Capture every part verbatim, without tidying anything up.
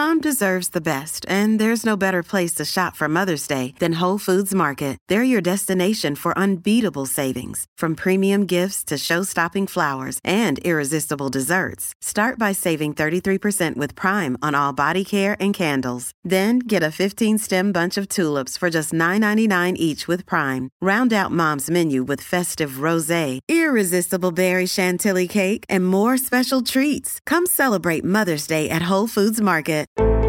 Mom deserves the best, and there's no better place to shop for Mother's Day than Whole Foods Market. They're your destination for unbeatable savings, from premium gifts to show-stopping flowers and irresistible desserts. Start by saving thirty-three percent with Prime on all body care and candles. Then get a fifteen-stem bunch of tulips for just nine ninety-nine each with Prime. Round out Mom's menu with festive rosé, irresistible berry chantilly cake, and more special treats. Come celebrate Mother's Day at Whole Foods Market.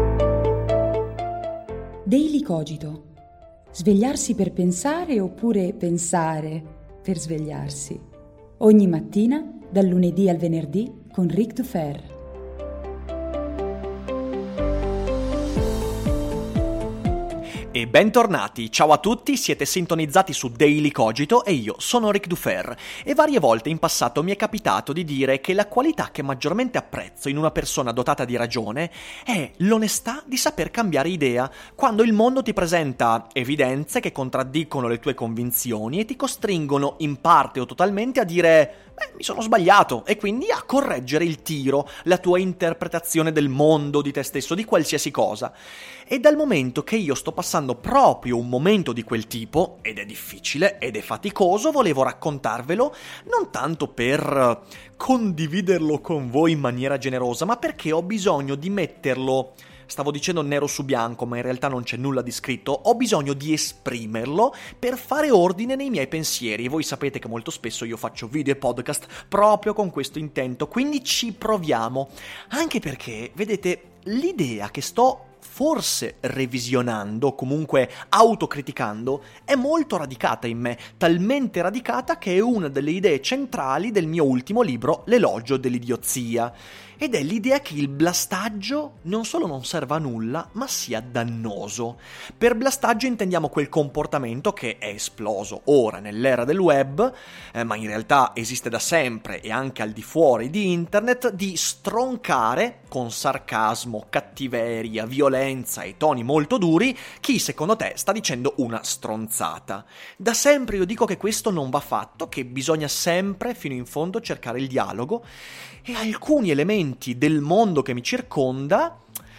Daily Cogito. Svegliarsi per pensare oppure pensare per svegliarsi. Ogni mattina, dal lunedì al venerdì, con Ric Dufer. E bentornati, ciao a tutti, siete sintonizzati su Daily Cogito e io sono Ric Dufer e varie volte in passato mi è capitato di dire che la qualità che maggiormente apprezzo in una persona dotata di ragione è l'onestà di saper cambiare idea quando il mondo ti presenta evidenze che contraddicono le tue convinzioni e ti costringono in parte o totalmente a dire beh, mi sono sbagliato e quindi a correggere il tiro, la tua interpretazione del mondo, di te stesso, di qualsiasi cosa. E dal momento che io sto passando proprio un momento di quel tipo, ed è difficile ed è faticoso, volevo raccontarvelo non tanto per condividerlo con voi in maniera generosa, ma perché ho bisogno di metterlo, stavo dicendo nero su bianco, ma in realtà non c'è nulla di scritto, ho bisogno di esprimerlo per fare ordine nei miei pensieri. E voi sapete che molto spesso io faccio video e podcast proprio con questo intento, quindi ci proviamo. Anche perché, vedete, l'idea che sto forse revisionando, comunque autocriticando, è molto radicata in me, talmente radicata che è una delle idee centrali del mio ultimo libro, L'elogio dell'idiozia. Ed è l'idea che il blastaggio non solo non serva a nulla, ma sia dannoso. Per blastaggio intendiamo quel comportamento che è esploso ora nell'era del web, eh, ma in realtà esiste da sempre e anche al di fuori di internet, di stroncare con sarcasmo, cattiveria, violenza e toni molto duri chi secondo te sta dicendo una stronzata. Da sempre io dico che questo non va fatto, che bisogna sempre fino in fondo cercare il dialogo, e alcuni elementi del mondo che mi circonda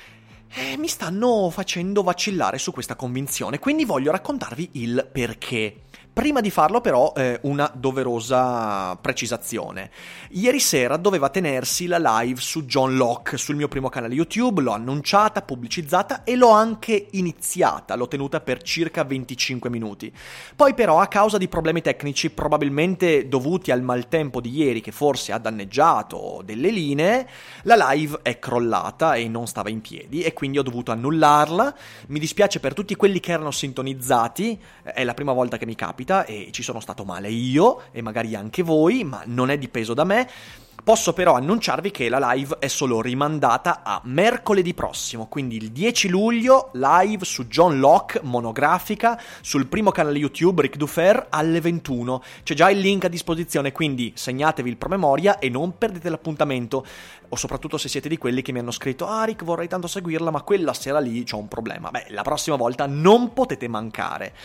eh, mi stanno facendo vacillare su questa convinzione, quindi voglio raccontarvi il perché. Prima di farlo però eh, una doverosa precisazione. Ieri sera doveva tenersi la live su John Locke sul mio primo canale YouTube, l'ho annunciata, pubblicizzata e l'ho anche iniziata, l'ho tenuta per circa venticinque minuti. Poi però a causa di problemi tecnici probabilmente dovuti al maltempo di ieri che forse ha danneggiato delle linee, la live è crollata e non stava in piedi e quindi ho dovuto annullarla. Mi dispiace per tutti quelli che erano sintonizzati, è la prima volta che mi capita e ci sono stato male io e magari anche voi, ma non è dipeso da me. Posso però annunciarvi che la live è solo rimandata a mercoledì prossimo, quindi il dieci luglio, live su John Locke, monografica, sul primo canale YouTube Ric Dufer alle ventuno. C'è già il link a disposizione, quindi segnatevi il promemoria e non perdete l'appuntamento. O soprattutto se siete di quelli che mi hanno scritto ah Ric, vorrei tanto seguirla, ma quella sera lì c'ho un problema. Beh, la prossima volta non potete mancare.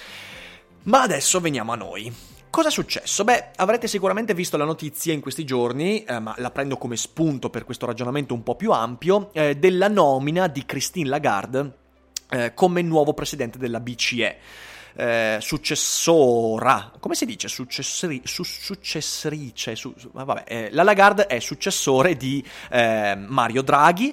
Ma adesso veniamo a noi. Cosa è successo? Beh, avrete sicuramente visto la notizia in questi giorni, eh, ma la prendo come spunto per questo ragionamento un po' più ampio, eh, della nomina di Christine Lagarde eh, come nuovo presidente della B C E. Eh, successora, come si dice? Successori, su, successorice, su, vabbè, eh, la Lagarde è successore di eh, Mario Draghi.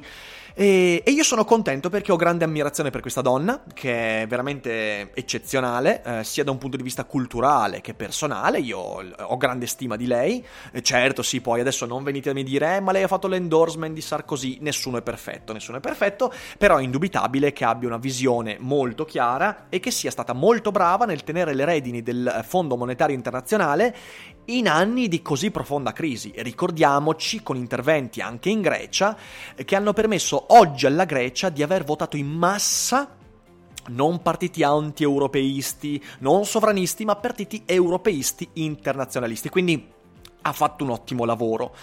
E, e io sono contento perché ho grande ammirazione per questa donna, che è veramente eccezionale, eh, sia da un punto di vista culturale che personale. Io ho grande stima di lei. E certo, sì, poi adesso non venitemi a dire eh, ma lei ha fatto l'endorsement di Sarkozy. Nessuno è perfetto, nessuno è perfetto, però è indubitabile che abbia una visione molto chiara e che sia stata molto brava nel tenere le redini del Fondo Monetario Internazionale in anni di così profonda crisi. Ricordiamoci, con interventi anche in Grecia, che hanno permesso oggi alla Grecia di aver votato in massa non partiti anti-europeisti, non sovranisti, ma partiti europeisti internazionalisti. Quindi ha fatto un ottimo lavoro.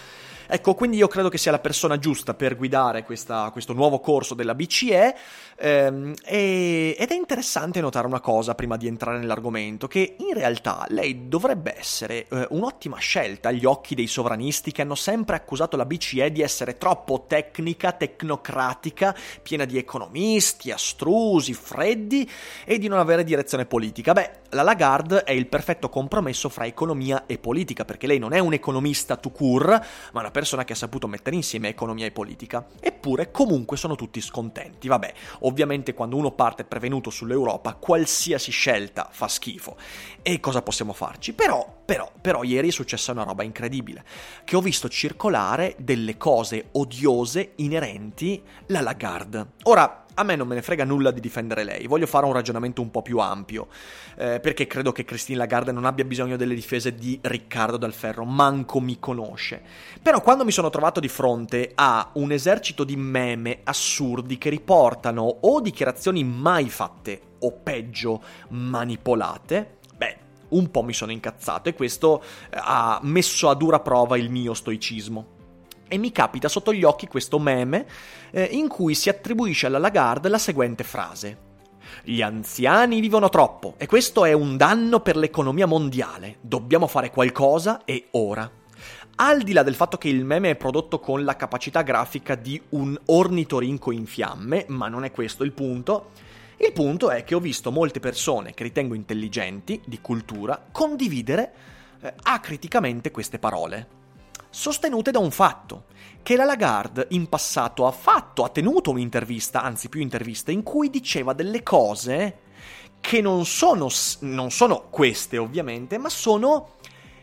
Ecco, quindi io credo che sia la persona giusta per guidare questa, questo nuovo corso della B C E, ehm, e, ed è interessante notare una cosa prima di entrare nell'argomento, che in realtà lei dovrebbe essere eh, un'ottima scelta agli occhi dei sovranisti che hanno sempre accusato la B C E di essere troppo tecnica, tecnocratica, piena di economisti, astrusi, freddi e di non avere direzione politica. Beh, la Lagarde è il perfetto compromesso fra economia e politica, perché lei non è un economista tout court, ma una persona che ha saputo mettere insieme economia e politica. Eppure comunque sono tutti scontenti. Vabbè, ovviamente quando uno parte prevenuto sull'Europa, qualsiasi scelta fa schifo. E cosa possiamo farci? Però, però, però ieri è successa una roba incredibile, che ho visto circolare delle cose odiose inerenti alla Lagarde. Ora, a me non me ne frega nulla di difendere lei, voglio fare un ragionamento un po' più ampio, eh, perché credo che Christine Lagarde non abbia bisogno delle difese di Riccardo Dal Ferro, manco mi conosce. Però quando mi sono trovato di fronte a un esercito di meme assurdi che riportano o dichiarazioni mai fatte, o peggio, manipolate, beh, un po' mi sono incazzato e questo eh, ha messo a dura prova il mio stoicismo. E mi capita sotto gli occhi questo meme eh, in cui si attribuisce alla Lagarde la seguente frase: gli anziani vivono troppo e questo è un danno per l'economia mondiale, dobbiamo fare qualcosa e ora. Al di là del fatto che il meme è prodotto con la capacità grafica di un ornitorinco in fiamme, ma non è questo il punto, il punto è che ho visto molte persone che ritengo intelligenti, di cultura, condividere eh, acriticamente queste parole, sostenute da un fatto, che la Lagarde in passato ha fatto, ha tenuto un'intervista, anzi più interviste, in cui diceva delle cose che non sono, non sono queste ovviamente, ma sono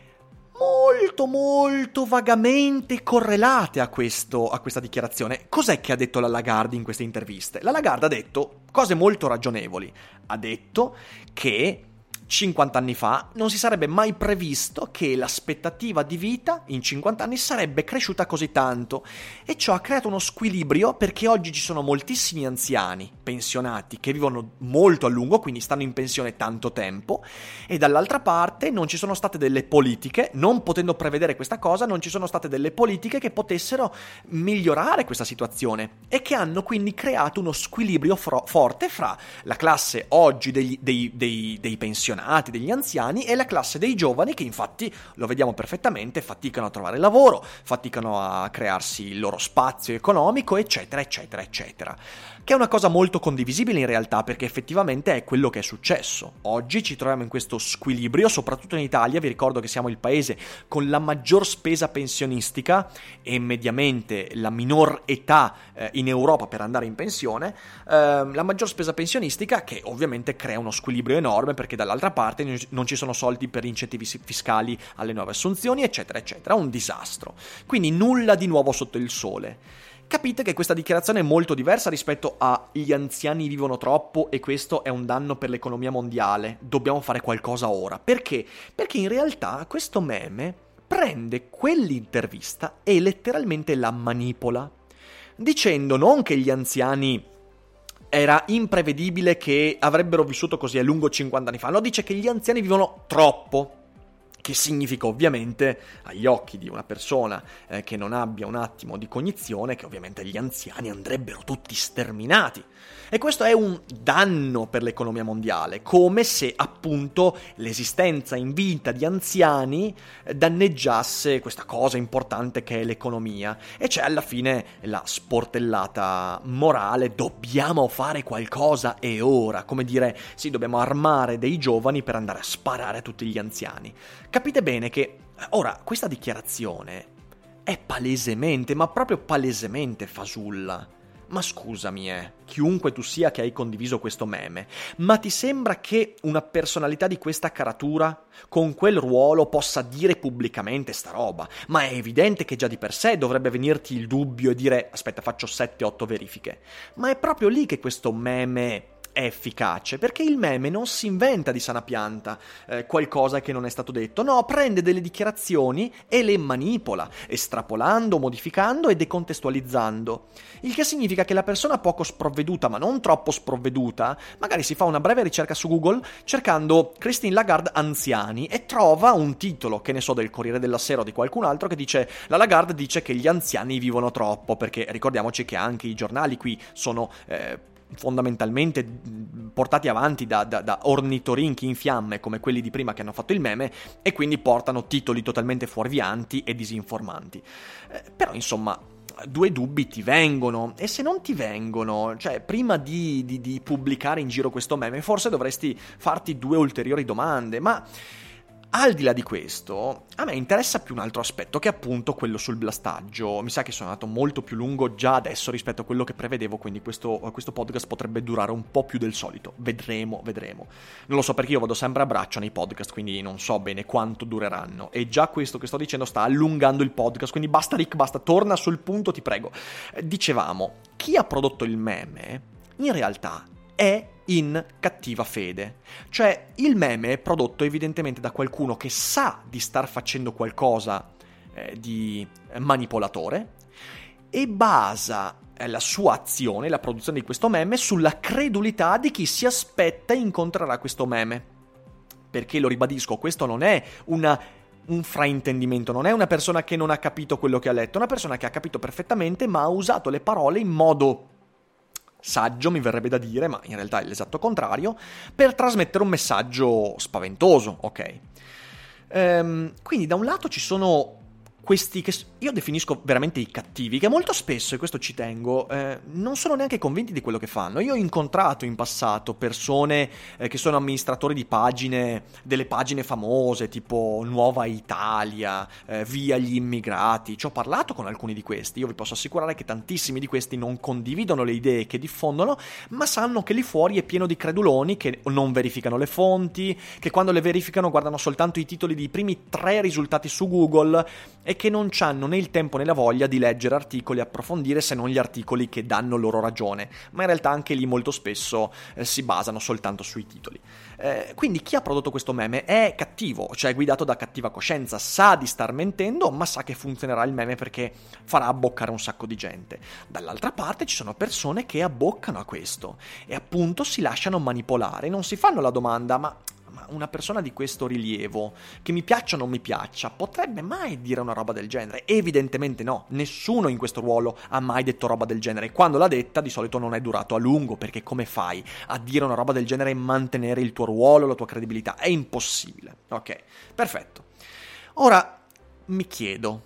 molto molto vagamente correlate a, questo, a questa dichiarazione. Cos'è che ha detto la Lagarde in queste interviste? La Lagarde ha detto cose molto ragionevoli, ha detto che cinquanta anni fa non si sarebbe mai previsto che l'aspettativa di vita in cinquanta anni sarebbe cresciuta così tanto, e ciò ha creato uno squilibrio perché oggi ci sono moltissimi anziani pensionati che vivono molto a lungo, quindi stanno in pensione tanto tempo, e dall'altra parte non ci sono state delle politiche, non potendo prevedere questa cosa, non ci sono state delle politiche che potessero migliorare questa situazione e che hanno quindi creato uno squilibrio fro- forte fra la classe oggi degli, dei, dei, dei pensionati, degli anziani, e la classe dei giovani che infatti, lo vediamo perfettamente, faticano a trovare lavoro, faticano a crearsi il loro spazio economico, eccetera, eccetera, eccetera. Che è una cosa molto condivisibile in realtà, perché effettivamente è quello che è successo. Oggi ci troviamo in questo squilibrio, soprattutto in Italia. Vi ricordo che siamo il paese con la maggior spesa pensionistica e mediamente la minor età eh, in Europa per andare in pensione, eh, la maggior spesa pensionistica, che ovviamente crea uno squilibrio enorme perché dall'altra parte non ci sono soldi per incentivi fiscali alle nuove assunzioni, eccetera, eccetera. Un disastro. Quindi nulla di nuovo sotto il sole. Capite che questa dichiarazione è molto diversa rispetto a gli anziani vivono troppo e questo è un danno per l'economia mondiale, dobbiamo fare qualcosa ora. Perché? Perché in realtà questo meme prende quell'intervista e letteralmente la manipola, dicendo non che gli anziani era imprevedibile che avrebbero vissuto così a lungo cinquanta anni fa, no, dice che gli anziani vivono troppo. Che significa ovviamente, agli occhi di una persona eh, che non abbia un attimo di cognizione, che ovviamente gli anziani andrebbero tutti sterminati. E questo è un danno per l'economia mondiale, come se appunto l'esistenza in vita di anziani danneggiasse questa cosa importante che è l'economia. E c'è alla fine la sportellata morale, dobbiamo fare qualcosa e ora, come dire, sì, dobbiamo armare dei giovani per andare a sparare a tutti gli anziani. Capite bene che ora questa dichiarazione è palesemente, ma proprio palesemente fasulla. Ma scusami, eh, chiunque tu sia che hai condiviso questo meme, ma ti sembra che una personalità di questa caratura, con quel ruolo, possa dire pubblicamente sta roba? Ma è evidente che già di per sé dovrebbe venirti il dubbio e dire, aspetta, faccio sette otto verifiche. Ma è proprio lì che questo meme è efficace? Perché il meme non si inventa di sana pianta eh, qualcosa che non è stato detto, no, prende delle dichiarazioni e le manipola, estrapolando, modificando e decontestualizzando. Il che significa che la persona poco sprovveduta, ma non troppo sprovveduta, magari si fa una breve ricerca su Google cercando Christine Lagarde anziani e trova un titolo, che ne so, del Corriere della Sera o di qualcun altro che dice la Lagarde dice che gli anziani vivono troppo, perché ricordiamoci che anche i giornali qui sono eh, fondamentalmente portati avanti da, da, da ornitorinchi in fiamme come quelli di prima che hanno fatto il meme, e quindi portano titoli totalmente fuorvianti e disinformanti. Eh, però insomma, due dubbi ti vengono, e se non ti vengono, cioè prima di, di, di pubblicare in giro questo meme forse dovresti farti due ulteriori domande. Ma al di là di questo, a me interessa più un altro aspetto, che è appunto quello sul blastaggio. Mi sa che sono andato molto più lungo già adesso rispetto a quello che prevedevo, quindi questo, questo podcast potrebbe durare un po' più del solito. Vedremo, vedremo. Non lo so, perché io vado sempre a braccio nei podcast, quindi non so bene quanto dureranno. E già questo che sto dicendo sta allungando il podcast, quindi basta Rick, basta, torna sul punto, ti prego. Dicevamo, chi ha prodotto il meme, in realtà, è in cattiva fede. Cioè, il meme è prodotto evidentemente da qualcuno che sa di star facendo qualcosa eh, di manipolatore e basa eh, la sua azione, la produzione di questo meme, sulla credulità di chi si aspetta incontrerà questo meme. Perché, lo ribadisco, questo non è una un fraintendimento, non è una persona che non ha capito quello che ha letto, è una persona che ha capito perfettamente, ma ha usato le parole in modo saggio, mi verrebbe da dire, ma in realtà è l'esatto contrario, per trasmettere un messaggio spaventoso, ok? Ehm, quindi da un lato ci sono questi che io definisco veramente i cattivi, che molto spesso, e questo ci tengo, eh, non sono neanche convinti di quello che fanno. Io ho incontrato in passato persone eh, che sono amministratori di pagine, delle pagine famose, tipo Nuova Italia, eh, Via gli immigrati. Ci ho parlato con alcuni di questi. Io vi posso assicurare che tantissimi di questi non condividono le idee che diffondono, ma sanno che lì fuori è pieno di creduloni che non verificano le fonti, che quando le verificano guardano soltanto i titoli dei primi tre risultati su Google e che non hanno né il tempo né la voglia di leggere articoli e approfondire, se non gli articoli che danno loro ragione. Ma in realtà anche lì molto spesso eh, si basano soltanto sui titoli. Eh, quindi chi ha prodotto questo meme è cattivo, cioè è guidato da cattiva coscienza, sa di star mentendo, ma sa che funzionerà il meme perché farà abboccare un sacco di gente. Dall'altra parte ci sono persone che abboccano a questo e appunto si lasciano manipolare, non si fanno la domanda: ma ma una persona di questo rilievo, che mi piaccia o non mi piaccia, potrebbe mai dire una roba del genere? Evidentemente no, nessuno in questo ruolo ha mai detto roba del genere. Quando l'ha detta di solito non è durato a lungo, perché come fai a dire una roba del genere e mantenere il tuo ruolo, la tua credibilità? È impossibile. Ok, perfetto. Ora mi chiedo,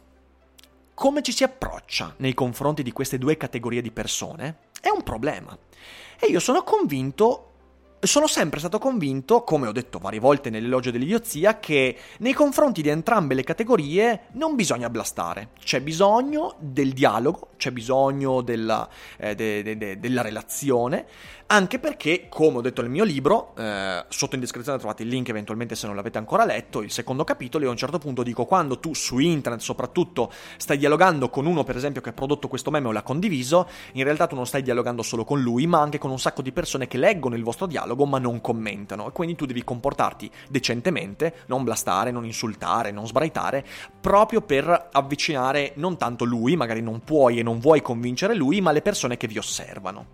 come ci si approccia nei confronti di queste due categorie di persone? È un problema. E io sono convinto Sono sempre stato convinto, come ho detto varie volte nell'elogio dell'idiozia, che nei confronti di entrambe le categorie non bisogna blastare. C'è bisogno del dialogo, c'è bisogno della, eh, de, de, de, della relazione, anche perché, come ho detto nel mio libro, eh, sotto in descrizione trovate il link eventualmente se non l'avete ancora letto, il secondo capitolo, e a un certo punto dico: quando tu su internet soprattutto stai dialogando con uno, per esempio, che ha prodotto questo meme o l'ha condiviso, in realtà tu non stai dialogando solo con lui, ma anche con un sacco di persone che leggono il vostro dialogo ma non commentano, e quindi tu devi comportarti decentemente, non blastare, non insultare, non sbraitare, proprio per avvicinare non tanto lui, magari non puoi e non vuoi convincere lui, ma le persone che vi osservano.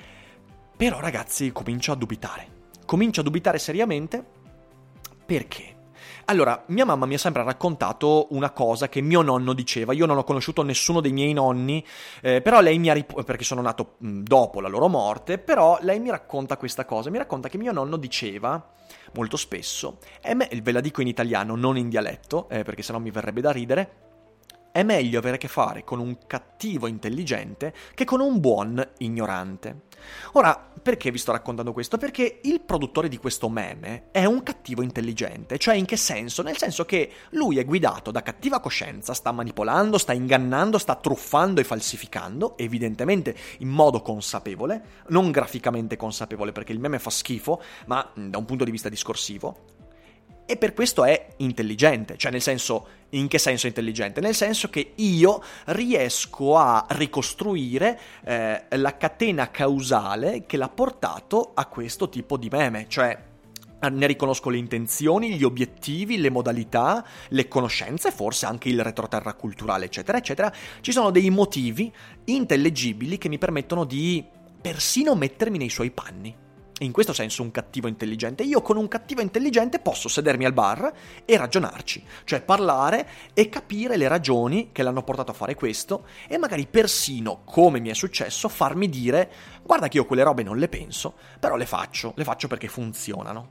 Però ragazzi, comincio a dubitare, comincio a dubitare seriamente. Perché? Allora, mia mamma mi ha sempre raccontato una cosa che mio nonno diceva. Io non ho conosciuto nessuno dei miei nonni, eh, però lei mi ha rip- perché sono nato mh, dopo la loro morte, però lei mi racconta questa cosa, mi racconta che mio nonno diceva molto spesso, e me, ve la dico in italiano, non in dialetto, eh, perché sennò mi verrebbe da ridere: è meglio avere a che fare con un cattivo intelligente che con un buon ignorante. Ora, perché vi sto raccontando questo? Perché il produttore di questo meme è un cattivo intelligente. Cioè, in che senso? Nel senso che lui è guidato da cattiva coscienza, sta manipolando, sta ingannando, sta truffando e falsificando, evidentemente in modo consapevole, non graficamente consapevole perché il meme fa schifo, ma da un punto di vista discorsivo. E per questo è intelligente, cioè nel senso, in che senso intelligente? Nel senso che io riesco a ricostruire eh, la catena causale che l'ha portato a questo tipo di meme, cioè ne riconosco le intenzioni, gli obiettivi, le modalità, le conoscenze, forse anche il retroterra culturale, eccetera, eccetera. Ci sono dei motivi intellegibili che mi permettono di persino mettermi nei suoi panni. In questo senso un cattivo intelligente. Io con un cattivo intelligente posso sedermi al bar e ragionarci, cioè parlare e capire le ragioni che l'hanno portato a fare questo e magari persino, come mi è successo, farmi dire guarda che io quelle robe non le penso, però le faccio, le faccio perché funzionano.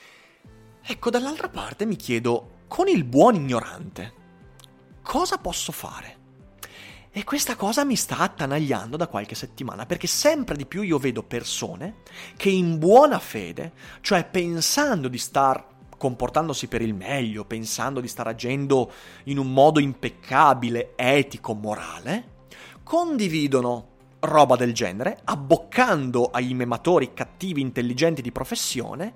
Ecco, dall'altra parte mi chiedo, con il buon ignorante, cosa posso fare? E questa cosa mi sta attanagliando da qualche settimana, perché sempre di più io vedo persone che in buona fede, cioè pensando di star comportandosi per il meglio, pensando di star agendo in un modo impeccabile, etico, morale, condividono roba del genere, abboccando ai mematori cattivi intelligenti di professione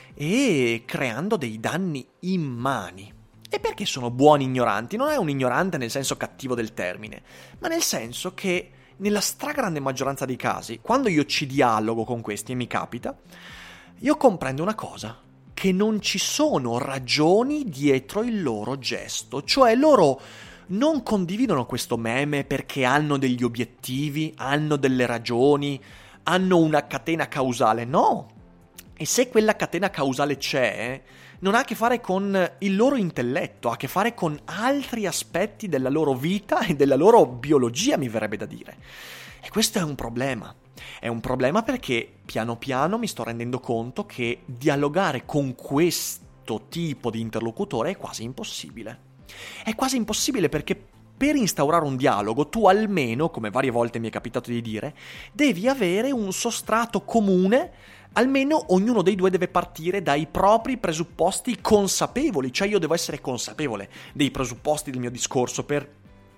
e creando dei danni immani. E perché sono buoni ignoranti? Non è un ignorante nel senso cattivo del termine, ma nel senso che nella stragrande maggioranza dei casi, quando io ci dialogo con questi e mi capita, io comprendo una cosa, che non ci sono ragioni dietro il loro gesto, cioè loro non condividono questo meme perché hanno degli obiettivi, hanno delle ragioni, hanno una catena causale, no! E se quella catena causale c'è, non ha a che fare con il loro intelletto, ha a che fare con altri aspetti della loro vita e della loro biologia, mi verrebbe da dire. E questo è un problema. È un problema perché piano piano mi sto rendendo conto che dialogare con questo tipo di interlocutore è quasi impossibile. È quasi impossibile perché per instaurare un dialogo tu almeno, come varie volte mi è capitato di dire, devi avere un sostrato comune. Almeno ognuno dei due deve partire dai propri presupposti consapevoli, cioè io devo essere consapevole dei presupposti del mio discorso per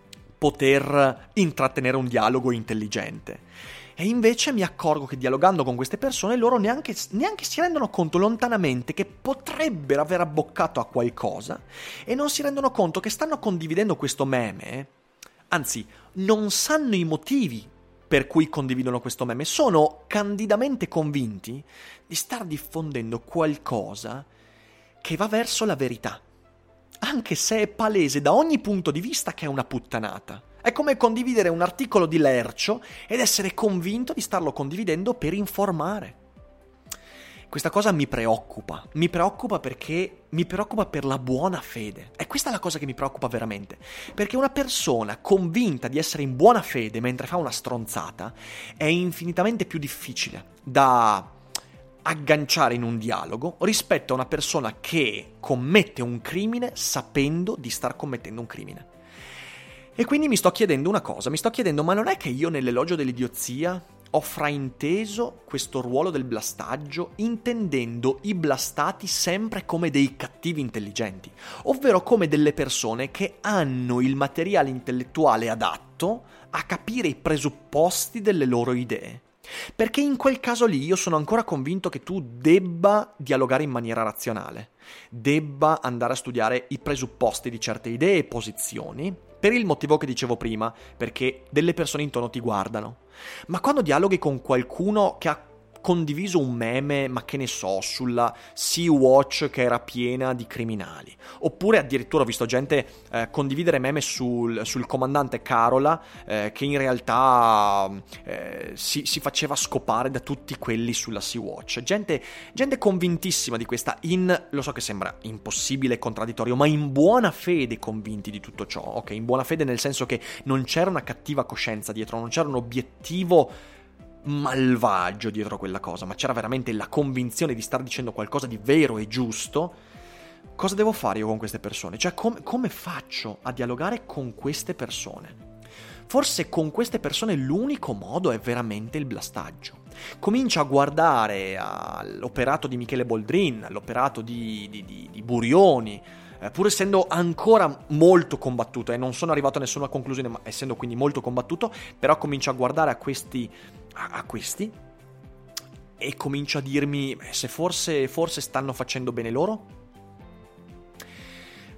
poter intrattenere un dialogo intelligente. E invece mi accorgo che dialogando con queste persone loro neanche, neanche si rendono conto lontanamente che potrebbero aver abboccato a qualcosa e non si rendono conto che stanno condividendo questo meme, anzi non sanno i motivi per cui condividono questo meme, sono candidamente convinti di star diffondendo qualcosa che va verso la verità, anche se è palese da ogni punto di vista che è una puttanata. È come condividere un articolo di Lercio ed essere convinto di starlo condividendo per informare. Questa cosa mi preoccupa, mi preoccupa perché mi preoccupa per la buona fede. E questa è la cosa che mi preoccupa veramente, perché una persona convinta di essere in buona fede mentre fa una stronzata è infinitamente più difficile da agganciare in un dialogo rispetto a una persona che commette un crimine sapendo di star commettendo un crimine. E quindi mi sto chiedendo una cosa, mi sto chiedendo, ma non è che io nell'elogio dell'idiozia ho frainteso questo ruolo del blastaggio intendendo i blastati sempre come dei cattivi intelligenti, ovvero come delle persone che hanno il materiale intellettuale adatto a capire i presupposti delle loro idee. Perché in quel caso lì io sono ancora convinto che tu debba dialogare in maniera razionale, debba andare a studiare i presupposti di certe idee e posizioni, per il motivo che dicevo prima, perché delle persone intorno ti guardano. Ma quando dialoghi con qualcuno che ha condiviso un meme, ma che ne so, sulla Sea-Watch che era piena di criminali, oppure addirittura ho visto gente eh, condividere meme sul, sul comandante Carola eh, che in realtà eh, si, si faceva scopare da tutti quelli sulla Sea-Watch, gente, gente convintissima di questa, in, lo so che sembra impossibile e contraddittorio, ma in buona fede convinti di tutto ciò, ok? In buona fede nel senso che non c'era una cattiva coscienza dietro, non c'era un obiettivo malvagio dietro quella cosa, ma c'era veramente la convinzione di star dicendo qualcosa di vero e giusto. Cosa devo fare io con queste persone? Cioè, com- come faccio a dialogare con queste persone? Forse con queste persone l'unico modo è veramente il blastaggio. Comincia a guardare all'operato di Michele Boldrin, all'operato di, di, di, di Burioni, eh, pur essendo ancora molto combattuto, e eh, non sono arrivato a nessuna conclusione, ma essendo quindi molto combattuto, però comincio a guardare a questi, a, a questi, e comincio a dirmi, beh, se forse, forse stanno facendo bene loro?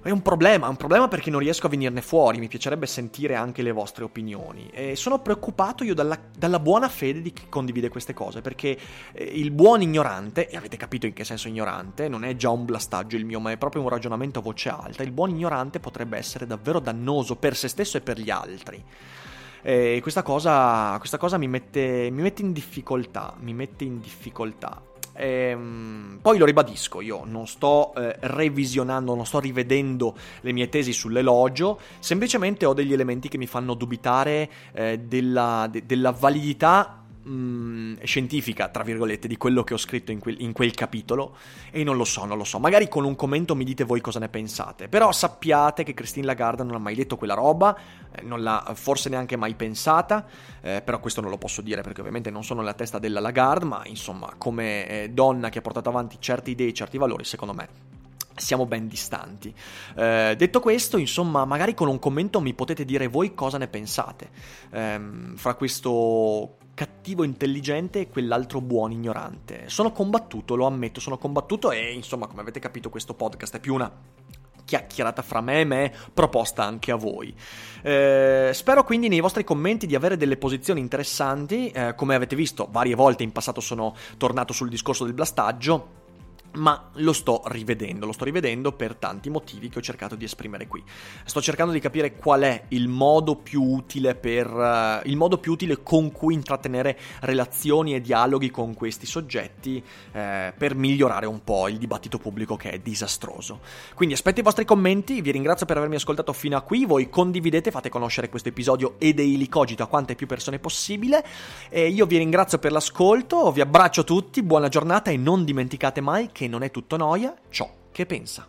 È un problema, è un problema perché non riesco a venirne fuori, mi piacerebbe sentire anche le vostre opinioni. E sono preoccupato io dalla, dalla buona fede di chi condivide queste cose, perché eh, il buon ignorante, e avete capito in che senso ignorante, non è già un blastaggio il mio, ma è proprio un ragionamento a voce alta, il buon ignorante potrebbe essere davvero dannoso per se stesso e per gli altri. E questa cosa, questa cosa mi mette, mi mette in difficoltà, mi mette in difficoltà. Ehm, poi lo ribadisco, io non sto eh, revisionando, non sto rivedendo le mie tesi sull'elogio, semplicemente ho degli elementi che mi fanno dubitare eh, della, de, della validità mh, scientifica, tra virgolette, di quello che ho scritto in quel, in quel capitolo, e non lo so, non lo so, magari con un commento mi dite voi cosa ne pensate, però sappiate che Christine Lagarde non ha mai detto quella roba, eh, non l'ha forse neanche mai pensata, eh, però questo non lo posso dire perché ovviamente non sono nella testa della Lagarde, ma insomma come eh, donna che ha portato avanti certe idee e certi valori, secondo me siamo ben distanti. Eh, detto questo, insomma, magari con un commento mi potete dire voi cosa ne pensate ehm, fra questo cattivo intelligente e quell'altro buon ignorante. Sono combattuto, lo ammetto, sono combattuto e insomma, come avete capito, questo podcast è più una chiacchierata fra me e me, proposta anche a voi. Eh, spero quindi nei vostri commenti di avere delle posizioni interessanti. Eh, come avete visto, varie volte in passato sono tornato sul discorso del blastaggio, ma lo sto rivedendo, lo sto rivedendo per tanti motivi che ho cercato di esprimere qui. Sto cercando di capire qual è il modo più utile per uh, il modo più utile con cui intrattenere relazioni e dialoghi con questi soggetti eh, per migliorare un po' il dibattito pubblico che è disastroso. Quindi aspetto i vostri commenti, vi ringrazio per avermi ascoltato fino a qui, voi condividete, fate conoscere questo episodio e Daily Cogito a quante più persone possibile, e io vi ringrazio per l'ascolto, vi abbraccio tutti, buona giornata e non dimenticate mai che non è tutto noia ciò che pensa.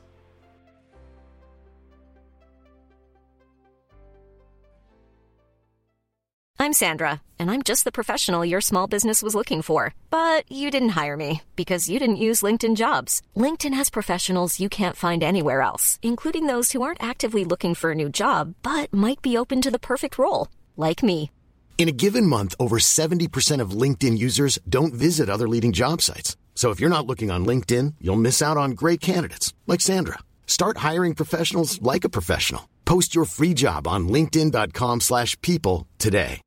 I'm Sandra, and I'm just the professional your small business was looking for. But you didn't hire me because you didn't use LinkedIn Jobs. LinkedIn has professionals you can't find anywhere else, including those who aren't actively looking for a new job, but might be open to the perfect role, like me. In a given month, over seventy percent of LinkedIn users don't visit other leading job sites. So if you're not looking on LinkedIn, you'll miss out on great candidates like Sandra. Start hiring professionals like a professional. Post your free job on linkedin dot com slash people today.